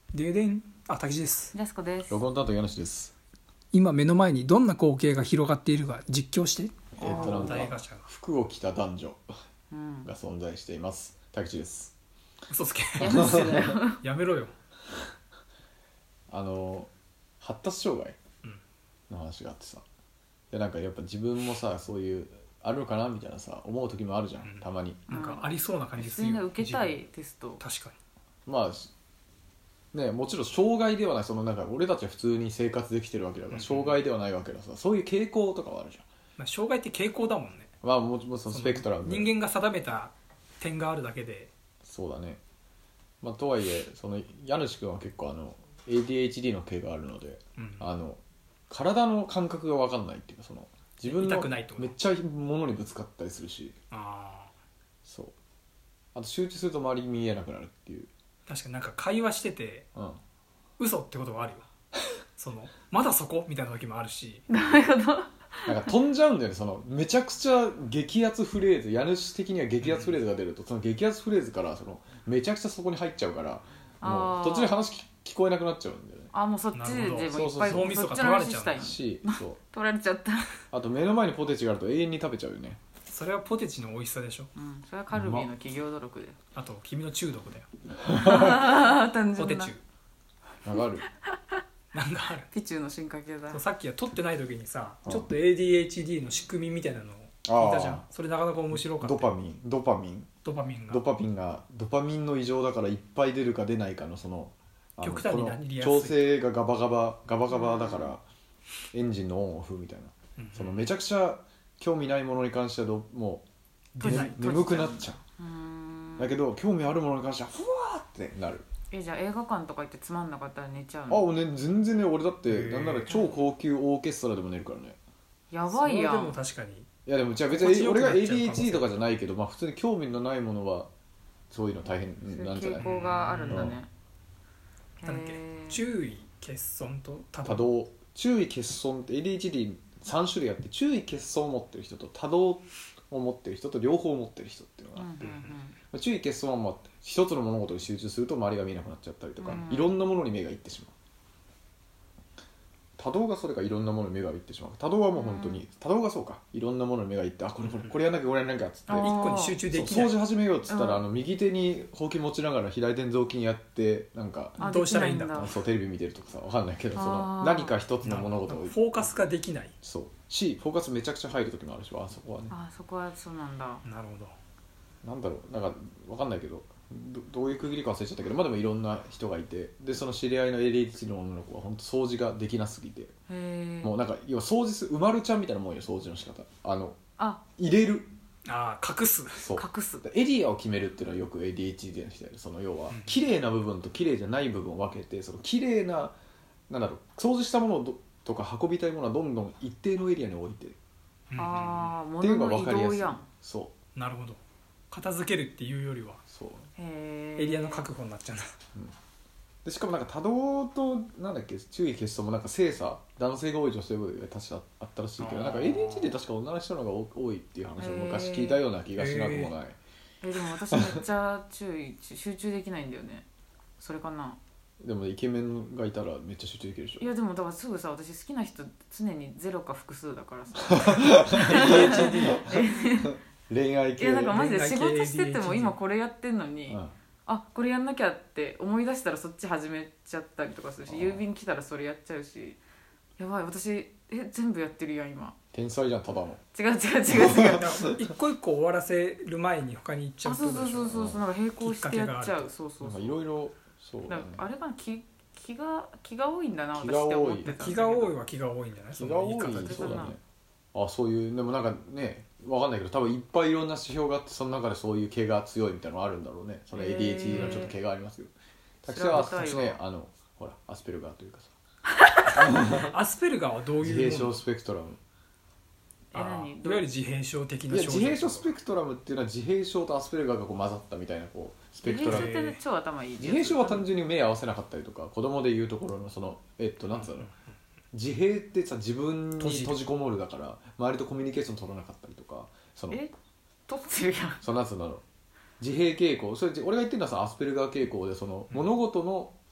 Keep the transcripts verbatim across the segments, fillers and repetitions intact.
ででん、あ、たけしです。 ジャスコです。 録音担当柳です。 今目の前にどんな光景が広がっているか実況して。 えー、っとなん大ガチャか服を着た男女うん。 が存在しています。たけしです。 嘘つけ。 やめてだよ。 やめろよ。 あの発達障害の話があってさ、でなんかやっぱ自分もさそういうあるのかなみたいなさ思う時もあるじゃん、 うんたまに。 なんかありそうな感じ普通にするよ。 受けたいテスト。 確かまあね、もちろん障害ではない、そのなんか俺たちは普通に生活できてるわけだから、 うん障害ではないわけださ、そういう傾向とかはあるじゃん。 に。障害って傾向だもんね。 まあもちろんそのスペクトラムで人間が定めた点があるだけで。 そうだね。まあとはいえその家主君は結構あの エーディーエイチディー の系があるので、 うん、 あの体の感覚が分かんないっていうか、その自分の痛くないってことめっちゃ物にぶつかったりするし、 あそうあと集中すると周り見えなくなるっていう、 確かになんか会話しててうん嘘ってことがあるよ。そのまだそこみたいな時もあるし。 なるほど。 なんか飛んじゃうんだよね。そのめちゃくちゃ激アツフレーズ、家主的には激アツフレーズが出ると、その激アツフレーズからそのめちゃくちゃそこに入っちゃうから、もあーう途中で話聞聞こえなくなっちゃうんだよね。 あ、もうそっちでなるほどもいっぱいそうそうそうそっちの話したいの。 し、そう取られちゃった。 あと目の前にポテチがあると永遠に食べちゃうよね。 それはポテチの美味しさでしょ。 うん。それはカルビーの企業努力で。 あと君の中毒だよ。 ああ、単ポテ純な。 チわかる。 なんかある。 ピチューの進化系だそう。さっきは撮ってない時にさ、 うんちょっと エーディーエイチディー の仕組みみたいなのを聞いたじゃん。それなかなか面白かったよ。 ドパミンドパミンドパミンがドパミンがドパミンの異常だからいっぱい出るか出ないかのそのあの極端になりやすいこの調整がガバガバガバガバだからエンジンのオンオフみたいな、 うんうんそのめちゃくちゃ興味ないものに関してはどもう、 出ないね、眠くなっちゃうーんう。だけど興味あるものに関してはふわーってなる。 え、じゃあ映画館とか行ってつまんなかったら寝ちゃうあ、 の？ 俺ね全然ね、俺だってへーなんなら超高級オーケストラでも寝るからね。 やばいやそれでもん。 確かにいやでもじゃあ別心地よくに俺が エーデなっちゃう可能性ィーエイチディー とかじゃないけど、まあ普通に興味のないものはそういうの大変そういうなんじゃない。 傾向があるんだね。 なんだっけへー注意欠損と多多動、注意欠損って エーディーエイチディーさん種類あって、注意欠損を持ってる人と多動を持ってる人と両方持ってる人っていうのがあって、 うんうんうんまあ注意欠損はまあ一つの物事に集中すると周りが見えなくなっちゃったりとか、 うんいろんなものに目がいってしまう。多動がそれかいろんなものに目がいってしまう。多動はもう本当に、 うん多動がそうか、いろんなものに目がいって、あこれこれこれやんなきゃこれやんなきゃっつってあー一個に集中できそうない。 掃除始めようっつったら、 うんあの右手にほうき持ちながら左手に雑巾やってなんかあどうしたらいいんだできないそうテレビ見てるとかさ、わかんないけど、そのあー何か一つの物事をフォーカスができない。 そうし、フォーカスめちゃくちゃ入る時もあるし、あそこはね、 あ、そこはそうなんだ。 なるほど。 なんだろう、なんかわかんないけど ど, どういう区切りか忘れちゃったけど、まあでもいろんな人がいて、でその知り合いの エーディーエイチディー の女の子は本当掃除ができなすぎて、 へえ。 もうなんか要は掃除するうまるちゃんみたいなもんよ、掃除の仕方。あのあ、 入れる、 ああ、隠す。 そう隠す。 エリアを決めるっていうのはよく エーディーエイチディー の人やる。その要はうん綺麗な部分と綺麗じゃない部分を分けて、その綺麗ななんだろう、掃除したものをどとか運びたいものはどんどん一定のエリアに置いてうんああ、 っていうのが物の移分かりやすい動やん。。 そうなるほど。片付けるっていうよりはそうへえ。 エリアの確保になっちゃうんだ。 でしかもなんか多動となんだっけ注意欠損もなんか性差、男性が多い女性が多いが確かあったらしいけど、 あーなんか エーディーエイチディー で確か女の人の方が多いっていう話を昔聞いたような気がしなくもない。 え、でも私めっちゃ注意集中できないんだよね。それかな。 でもイケメンがいたらめっちゃ集中できるでしょ。 いやでもだからすぐさ、私好きな人常にゼロか複数だからさ。 エーディーエイチディー恋愛系いやなんかマジで恋愛系仕事しててエーディーエイチディーも今これやってんのに、 うんあこれやんなきゃって思い出したらそっち始めちゃったりとかするし、 あー郵便来たらそれやっちゃうし、やばい私え全部やってるやん今。 天才じゃんただの。 違う違う違う違う。 一個一個終わらせる前に他に行っちゃうあそうそうそうそうそう、なんか並行してやっちゃきっかけがあるう。そうそうなんそう。 かいろいろそうだね。 なんかあれかな、気気が気が多いんだな私気が多いって思ってたんだけど。 気が多いは気が多いんじゃない？ 気が多い、 その言い方でそうだね。あ、そういうでもなんかね、わかんないけど多分いっぱいいろんな指標があって、その中でそういう毛が強いみたいなのがあるんだろうね。その エーディーエイチディー のちょっと毛がありますけど、タクシーは調べたいわね、あのほらアスペルガーというかさ、 アスペルガーはどう自閉症いうもの？ スペクトラム。 えあー何いわゆる自閉症的いな症状。 や自閉症スペクトラムっていうのは自閉症とアスペルガーがこう混ざったみたいなこうスペ自クトラム。 閉症って超頭いい。 自閉症は単純に目合わせなかったりとか、子供でいうところのそのえっとなんつうの、自閉ってさ自分に閉じる閉じこもるだから周りとコミュニケーション取らなかったりとか、そのえ取ってるやん。 そのなんつうんだろう、自閉傾向、それ俺が言ってるのはさアスペルガー傾向で、その物事の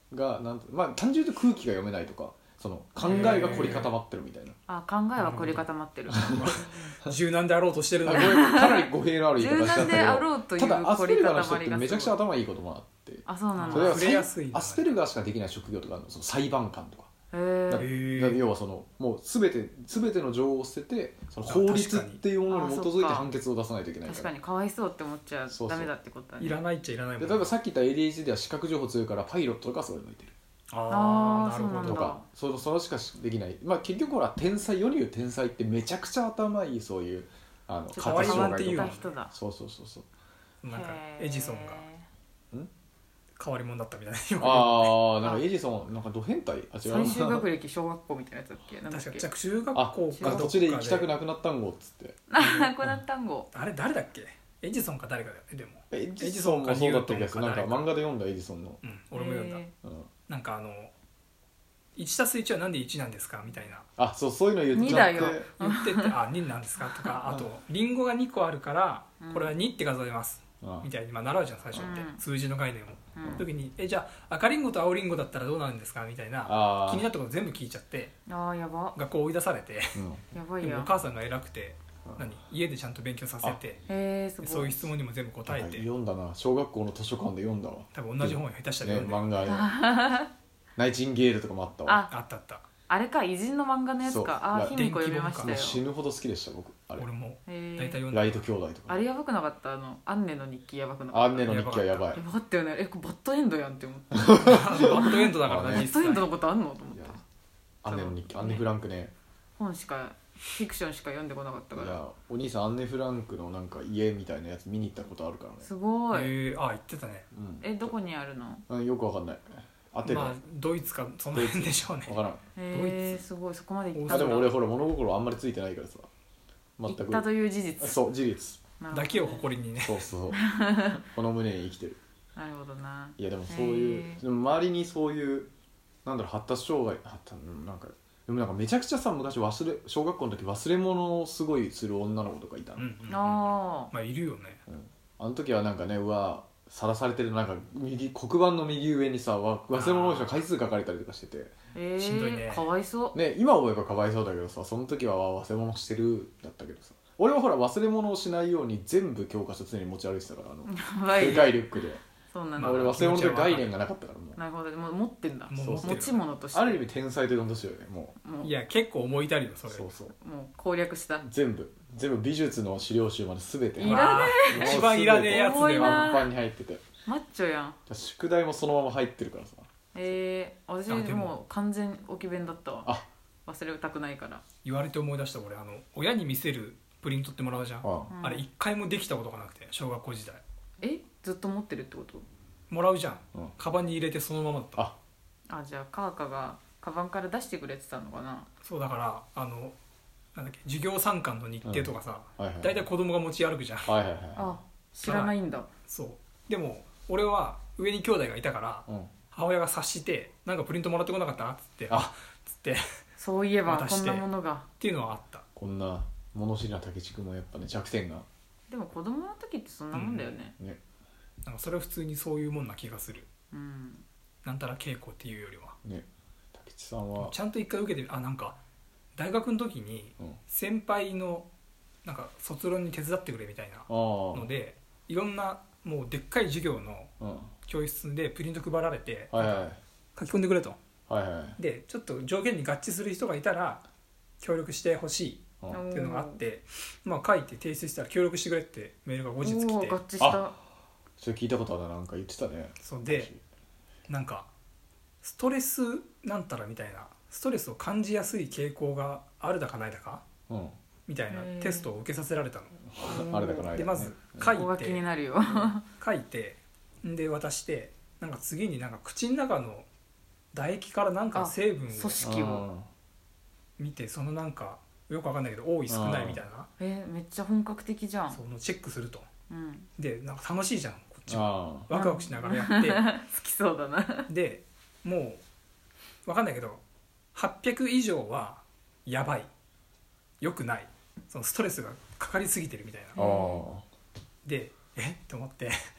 がなんと、まあ、単純に言うと空気が読めないとかその考えが凝り固まってるみたいな、 あ考えは凝り固まってる柔軟であろうとしてるのあにごめんかなり語弊のある言い方しちゃったけど柔軟であろうというただアスペルガーの人って凝り固まりがめちゃくちゃ頭いいこともあってあそうなんだそれは触れやすいなアスペルガーしかできない職業とかあるのその裁判官とかへだえだ要はそのもう全て全ての情を捨ててその法律っていうものに基づいて判決を出さないといけないから確かにかわいそうって思っちゃそうそうダメだってことだねいらないっちゃいらないもんで例えばさっき言った エーディーエイチディー では視覚情報強いからパイロットとかそういうの向いてるああなるほあーそうなんだどとかそのそのしかできない、まあ、結局ほら天才世に言う天才ってめちゃくちゃ頭いいそういうあのちょっと可愛いな障んていうの害とか人だそうそうそうそうなんかへーエジソンが変わり者だったみたいなよく言うああなんかエジソンなんかド変態あ違う最終学歴小学校みたいなやつだっけなんだっ確かけじゃあ中学あ校かどっか途中で行きたくなくなったんごっつってあこの単語あれ誰だっけエジソンか誰かだよねでもエジソンもそうだった気がするなんかニュートンか誰か漫画で読んだエジソンの、 うん俺も読んだへうん、 なんかあのいちたすいちはなんでいちなんですかみたいなあそうそういうの言っちゃってにだよ言っててあになんですかとかあとリンゴがにこあるからこれはにって数えますあみたいにまあ習うじゃん最初ってうん数字の概念をうんその時にえじゃあ赤リンゴと青リンゴだったらどうなるんですかみたいなあ気になったこと全部聞いちゃってあーやば学校追い出されてうんやばいやでもお母さんが偉くてうん何家でちゃんと勉強させてへえすごいそういう質問にも全部答えなんかて読んだな小学校の図書館で読んだわ多分同じ本を下手したらね読んで漫画でナイチンゲールとかもあったわああったあったあれか偉人の漫画のやつそうかあいやー卑弥呼読みましもうたよ死ぬほど好きでした僕あれ俺もへー大体読んだライト兄弟とかあれやばくなかったあのアンネの日記やばくなかったアンネの日記はやばいやばかったよねえこれバッドエンドやんって思ってバッドエンドだからあねな実バッドエンド際のことあんのと思っいやたアンネの日記アンネ・フランクね本しかフィクションしか読んでこなかったからいやお兄さんアンネ・フランクのなんか家みたいなやつ見に行ったことあるからねすごいえーあ言ってたねうんえどこにあるのうんよくわかんない当てるまあドイツかその辺でしょうねわからんへえすごいそこまで行ったあでんだも俺ほら物心あんまりついてないからさ行全くったという事実そう事実なるほどねだけを誇りにねそうそうこの胸に生きてるなるほどないやでもそういうへーでも周りにそういうなんだろう発達障害発達なんかでもなんかめちゃくちゃさ昔忘れ小学校の時忘れ物をすごいする女の子とかいたの、 うんうんうんあまあいるよねあの時はなんかねうわさらされてるなんか右黒板の右上にさわ忘れ物の人回数書かれたりとかしててえしんどいねー、かわいそうね今思えばかわいそうだけどさその時はわ忘れ物してるだったけどさ俺はほら忘れ物をしないように全部教科書常に持ち歩いてたからあのやばいでかいリュックで、まあ、 そうなんだ俺忘れ物で概念がなかったからもうなるほどもう持ってんだもうそうそう持ち物としてある意味天才と呼んでほしいよねももういや結構思いたるよそれそうそうもう攻略した全部全部美術の資料集まで全ていらねまあ一番いらねえやつで重いなはパンパンに入っててマッチョやん宿題もそのまま入ってるからさえー、私あでももう完全置き弁だったわあ忘れたくないから言われて思い出した俺あの親に見せるプリントってもらうじゃんあうんあれ一回もできたことがなくて小学校時代えずっと持ってるってこともらうじゃんうんカバンに入れてそのままだったああじゃあカーカがカバンから出してくれてたのかなそうだからあのなんだっけ授業参観の日程とかさはいはい大体子供が持ち歩くじゃんはいはいはいあ知らないんだそうでも俺は上に兄弟がいたからうん母親が察して「なんかプリントもらってこなかった?」っつって「 ああっ」つってっそういえば渡してこんなものがていうのはあったこんな物知りな武智君のやっぱね弱点がでも子供の時ってそんなもんだよねねなんかそれは普通にそういうもんな気がするうんなんたら稽古っていうよりはね武智さんはちゃんと一回受けてあなんか大学の時にうん先輩のなんか卒論に手伝ってくれみたいなああのでいろんなもうでっかい授業のうん教室でプリント配られてはいはい書き込んでくれとはいはいでちょっと条件に合致する人がいたら協力してほしいうんっていうのがあって、まあ、書いて提出したら協力してくれってメールが後日来おてー合致したあそれ聞いたことあるななんか言ってたねそうでなんかストレスなんたらみたいなストレスを感じやすい傾向があるだかないだかうんみたいなへーテストを受けさせられたのあれだかないだかねでまずうん書いここが気にてなるよ書いてんで渡してなんか次になんか口の中の唾液からなんか成分を組織を見てそのなんかよくわかんないけど多い少ないみたいなえめっちゃ本格的じゃんそのチェックするとうんでなんか楽しいじゃんこっちもあワクワクしながらやっ好きそうだなてでもうわかんないけどはっぴゃく以上はやばいよくないそのストレスがかかりすぎてるみたいなあああでえって思って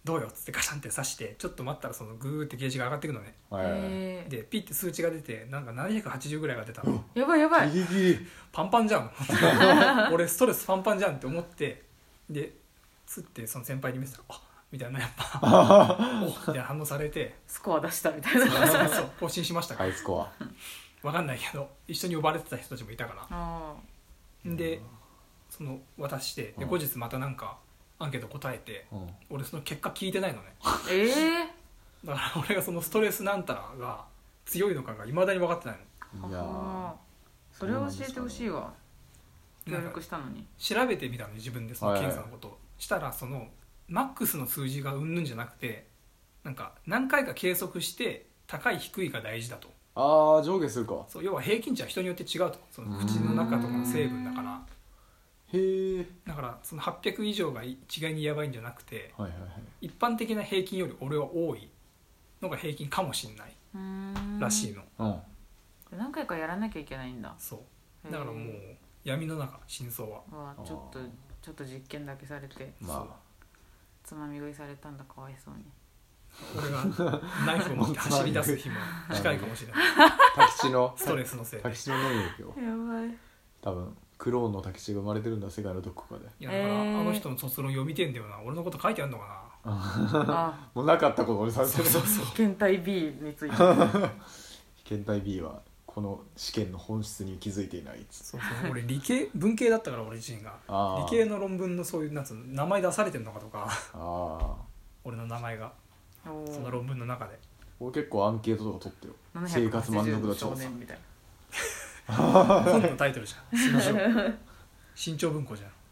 どうよっつってガシャンって刺してちょっと待ったらそのグーってゲージが上がっていくのね。 はいはいはいえー、 でピッて数値が出てなんかななひゃくはちじゅうぐらいが出たの。 やばいやばい。 ギリギリパンパンじゃん俺ストレスパンパンじゃんって思ってでつってその先輩に見せたらあみたいなやっぱおみたいな反応されてスコア出したみたいそうな。 そうそう更新しましたからハイスコア分かんないけど一緒に呼ばれてた人たちもいたからあでその渡してでうん後日またなんかアンケート答えてうん俺その結果聞いてないのね。 ーえだから俺がそのストレスなんたらが強いのかがいまだに分かってないの。 ー、 いやあーそれを教えてほしいわ。協なんか力したのに。 調べてみたの自分でその検査のことを、したらそのマックスの数字がうんぬんじゃなくてなんか何回か計測して高い低いが大事だと。 ああ上下するかそう要は平均値は人によって違うとその口の中とかの成分だからへえだからそのはっぴゃく以上が一概にやばいんじゃなくてはいはいはい一般的な平均より俺は多いのが平均かもしれないうーんらしいの。 うん何回かやらなきゃいけないんだ。 そうだからもう闇の中真相はうわちょっとちょっと実験だけされてまつまみ食いされたんだ、かわいそうに。 俺がナイフを持って走り出す日も近いかもしれないあタキチのストレスのせいで。 タキチの能力をやばい。 多分クローンのタキチが生まれてるんだ世界のどこかでいやだから、 えーあの人の卒論読みてんだよな俺のこと書いてあるのかあもうなかったことにさな。 れてるそうそうそう検体 B について。 検体 B はこの試験の本質に気づいていないっつってそうそう俺理系文系だったから俺自身があー理系の論文のそういうなんつうの名前出されてんのかとかああ俺の名前がおーその論文の中で俺結構アンケートとか取ってよ生活満足度調査少年みたい本のタイトルじゃん身長身長文庫じゃん